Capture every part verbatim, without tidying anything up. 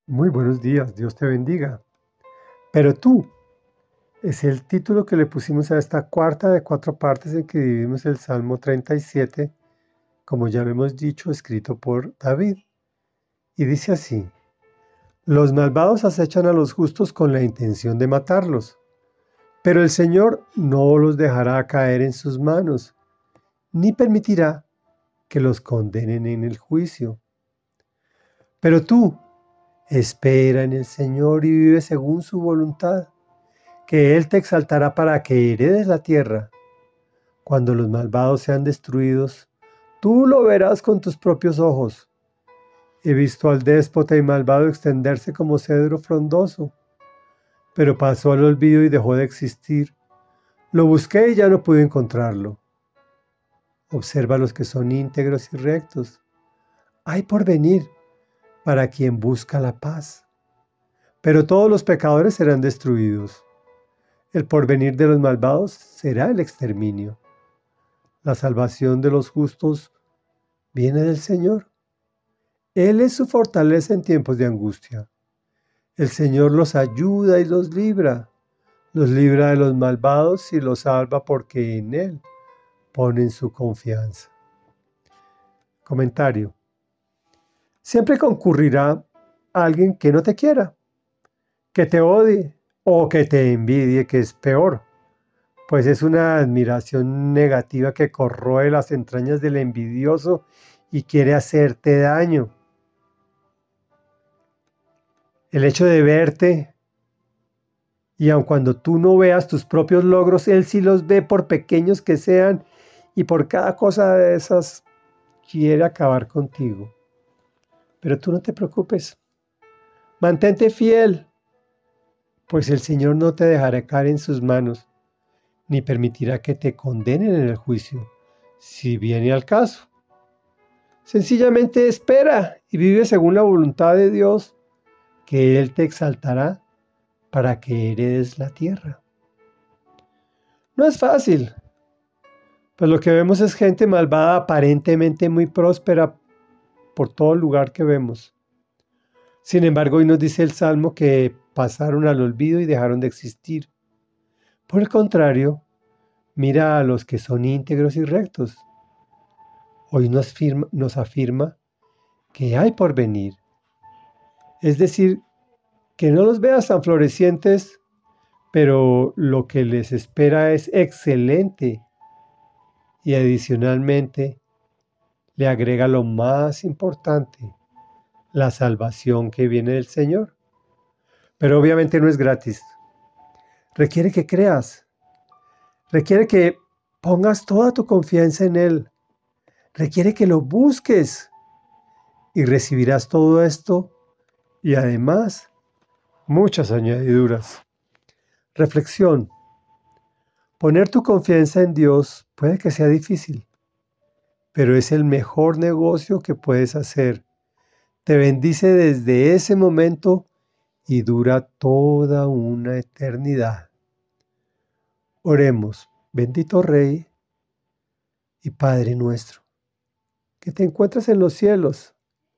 Muy buenos días, Dios te bendiga. Pero tú, es el título que le pusimos a esta cuarta de cuatro partes en que dividimos el Salmo treinta y siete, como ya lo hemos dicho, escrito por David. Y dice así: Los malvados acechan a los justos con la intención de matarlos, pero el Señor no los dejará caer en sus manos, ni permitirá que los condenen en el juicio. Pero tú, espera en el Señor y vive según su voluntad, que Él te exaltará para que heredes la tierra. Cuando los malvados sean destruidos, tú lo verás con tus propios ojos. He visto al déspota y malvado extenderse como cedro frondoso, pero pasó al olvido y dejó de existir. Lo busqué y ya no pude encontrarlo. Observa a los que son íntegros y rectos. Hay porvenir para quien busca la paz. Pero todos los pecadores serán destruidos. El porvenir de los malvados será el exterminio. La salvación de los justos viene del Señor. Él es su fortaleza en tiempos de angustia. El Señor los ayuda y los libra. Los libra de los malvados y los salva porque en Él ponen su confianza. Comentario. Siempre concurrirá alguien que no te quiera, que te odie o que te envidie, que es peor, pues es una admiración negativa que corroe las entrañas del envidioso y quiere hacerte daño. El hecho de verte, y aun cuando tú no veas tus propios logros, él sí los ve, por pequeños que sean, y por cada cosa de esas quiere acabar contigo. Pero tú no te preocupes, mantente fiel, pues el Señor no te dejará caer en sus manos, ni permitirá que te condenen en el juicio, si viene al caso. Sencillamente espera y vive según la voluntad de Dios, que Él te exaltará para que heredes la tierra. No es fácil, pues lo que vemos es gente malvada aparentemente muy próspera por todo lugar que vemos. Sin embargo, hoy nos dice el Salmo que pasaron al olvido y dejaron de existir. Por el contrario, mira a los que son íntegros y rectos. Hoy nos, firma, nos afirma que hay porvenir. Es decir, que no los veas tan florecientes, pero lo que les espera es excelente. Y adicionalmente, le agrega lo más importante, la salvación que viene del Señor. Pero obviamente no es gratis. Requiere que creas. Requiere que pongas toda tu confianza en Él. Requiere que lo busques. Y recibirás todo esto y además muchas añadiduras. Reflexión. Poner tu confianza en Dios puede que sea difícil, pero es el mejor negocio que puedes hacer. Te bendice desde ese momento y dura toda una eternidad. Oremos. Bendito Rey y Padre nuestro, que te encuentras en los cielos,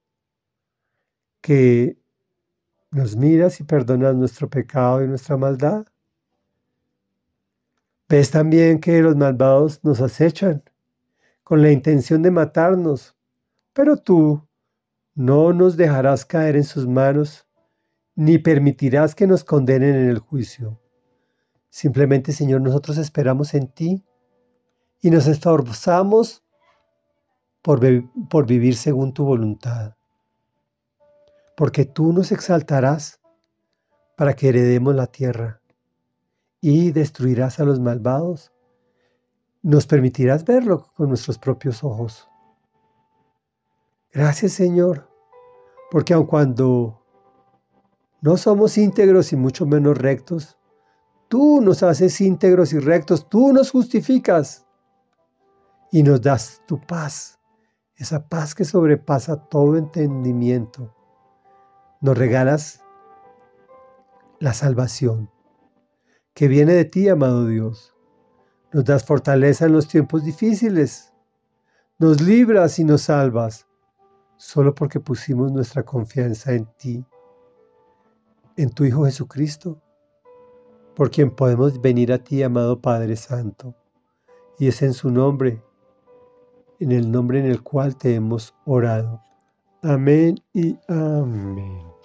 que nos miras y perdonas nuestro pecado y nuestra maldad. Ves también que los malvados nos acechan con la intención de matarnos, pero tú no nos dejarás caer en sus manos, ni permitirás que nos condenen en el juicio. Simplemente, Señor, nosotros esperamos en ti y nos esforzamos por, por vivir según tu voluntad, porque tú nos exaltarás para que heredemos la tierra y destruirás a los malvados. Nos permitirás verlo con nuestros propios ojos. Gracias, Señor, porque aun cuando no somos íntegros y mucho menos rectos, tú nos haces íntegros y rectos, tú nos justificas y nos das tu paz, esa paz que sobrepasa todo entendimiento. Nos regalas la salvación que viene de ti, amado Dios. Nos das fortaleza en los tiempos difíciles. Nos libras y nos salvas, solo porque pusimos nuestra confianza en ti. en tu Hijo Jesucristo, por quien podemos venir a ti, amado Padre Santo. Y es en su nombre, en el nombre en el cual te hemos orado. Amén y amén.